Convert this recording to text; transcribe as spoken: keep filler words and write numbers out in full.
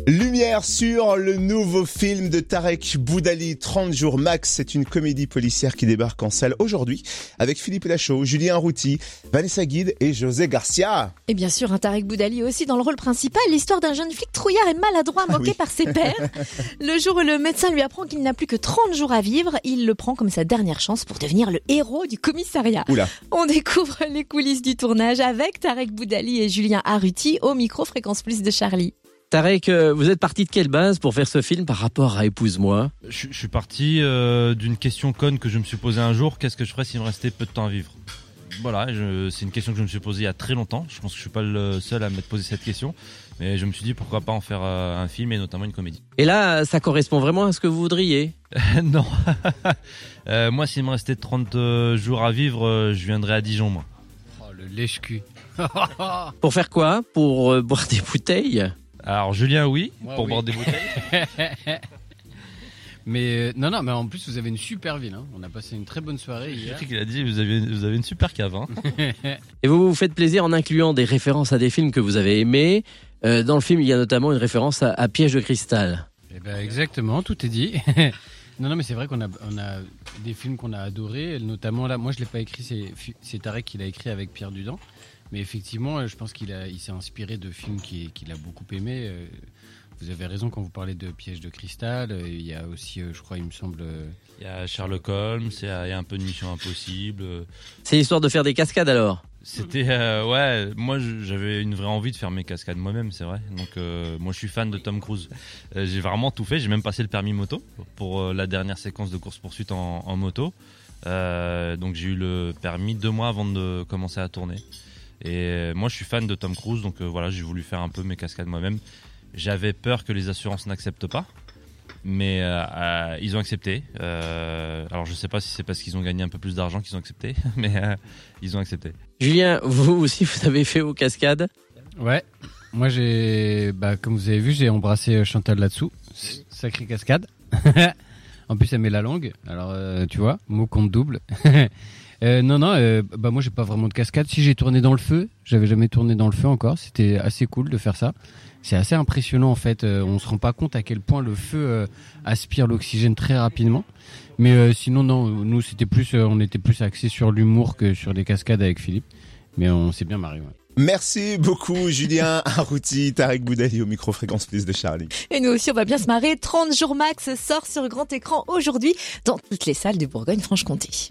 Lumière sur le nouveau film de Tarek Boudali, trente jours max. C'est une comédie policière qui débarque en salle aujourd'hui avec Philippe Lachaud, Julien Arrouti, Vanessa Guide et José Garcia. Et bien sûr, un Tarek Boudali aussi dans le rôle principal, l'histoire d'un jeune flic trouillard et maladroit moqué ah oui. par ses pairs. Le jour où le médecin lui apprend qu'il n'a plus que trente jours à vivre, il le prend comme sa dernière chance pour devenir le héros du commissariat. Oula. On découvre les coulisses du tournage avec Tarek Boudali et Julien Arrouti au micro Fréquence Plus de Charlie. Tarek, vous êtes parti de quelle base pour faire ce film par rapport à Épouse-moi ? Je, je suis parti euh, d'une question conne que je me suis posée un jour. Qu'est-ce que je ferais s'il me restait peu de temps à vivre ? Voilà, je, c'est une question que je me suis posée il y a très longtemps. Je pense que je suis pas le seul à m'être posé cette question. Mais je me suis dit pourquoi pas en faire euh, un film et notamment une comédie. Et là, ça correspond vraiment à ce que vous voudriez ? Non. euh, moi, s'il me restait trente jours à vivre, euh, je viendrais à Dijon, moi. Oh, le lèche-cul. Pour faire quoi ? Pour euh, boire des bouteilles ? Alors Julien oui, Moi, pour oui. boire des bouteilles. mais euh, non non mais en plus vous avez une super ville hein. On a passé une très bonne soirée hier. J'ai cru qu'il a dit vous avez vous avez une super cave hein. Et vous vous faites plaisir en incluant des références à des films que vous avez aimés. Euh, dans le film, il y a notamment une référence à, à Piège de cristal. Eh ben exactement, tout est dit. Non non mais c'est vrai qu'on a on a des films qu'on a adorés, notamment là moi je l'ai pas écrit, c'est c'est Tarek qui l'a écrit avec Pierre Dudin. Mais effectivement, je pense qu'il a, il s'est inspiré de films qu'il, qu'il a beaucoup aimés. Vous avez raison quand vous parlez de Piège de cristal. Il y a aussi, je crois, il me semble... Il y a Sherlock Holmes, il y a, il y a un peu de Mission Impossible. C'est l'histoire de faire des cascades alors ? C'était... Euh, ouais, moi j'avais une vraie envie de faire mes cascades moi-même, c'est vrai. Donc euh, moi je suis fan de Tom Cruise. Euh, j'ai vraiment tout fait, j'ai même passé le permis moto pour euh, la dernière séquence de course-poursuite en, en moto. Euh, donc j'ai eu le permis deux mois avant de commencer à tourner. Et moi je suis fan de Tom Cruise, donc euh, voilà, j'ai voulu faire un peu mes cascades moi-même. J'avais peur que les assurances n'acceptent pas, mais euh, euh, ils ont accepté. Euh, alors je sais pas si c'est parce qu'ils ont gagné un peu plus d'argent qu'ils ont accepté, mais euh, ils ont accepté. Julien, vous aussi vous avez fait vos cascades ? Ouais, moi j'ai, bah, comme vous avez vu, j'ai embrassé Chantal là-dessous. Sacrée cascade. En plus elle met la langue, alors euh, tu vois, mot compte double. Euh, non, non, euh, bah moi j'ai pas vraiment de cascade. Si j'ai tourné dans le feu, j'avais jamais tourné dans le feu encore. C'était assez cool de faire ça. C'est assez impressionnant en fait. Euh, on se rend pas compte à quel point le feu euh, aspire l'oxygène très rapidement. Mais euh, sinon non, nous c'était plus, euh, on était plus axé sur l'humour que sur des cascades avec Philippe. Mais on s'est bien marré. Ouais. Merci beaucoup Julien Arrouti, Tarek Boudali au micro Fréquence Plus de Charlie. Et nous aussi on va bien se marrer. trente jours max sort sur grand écran aujourd'hui dans toutes les salles de Bourgogne-Franche-Comté.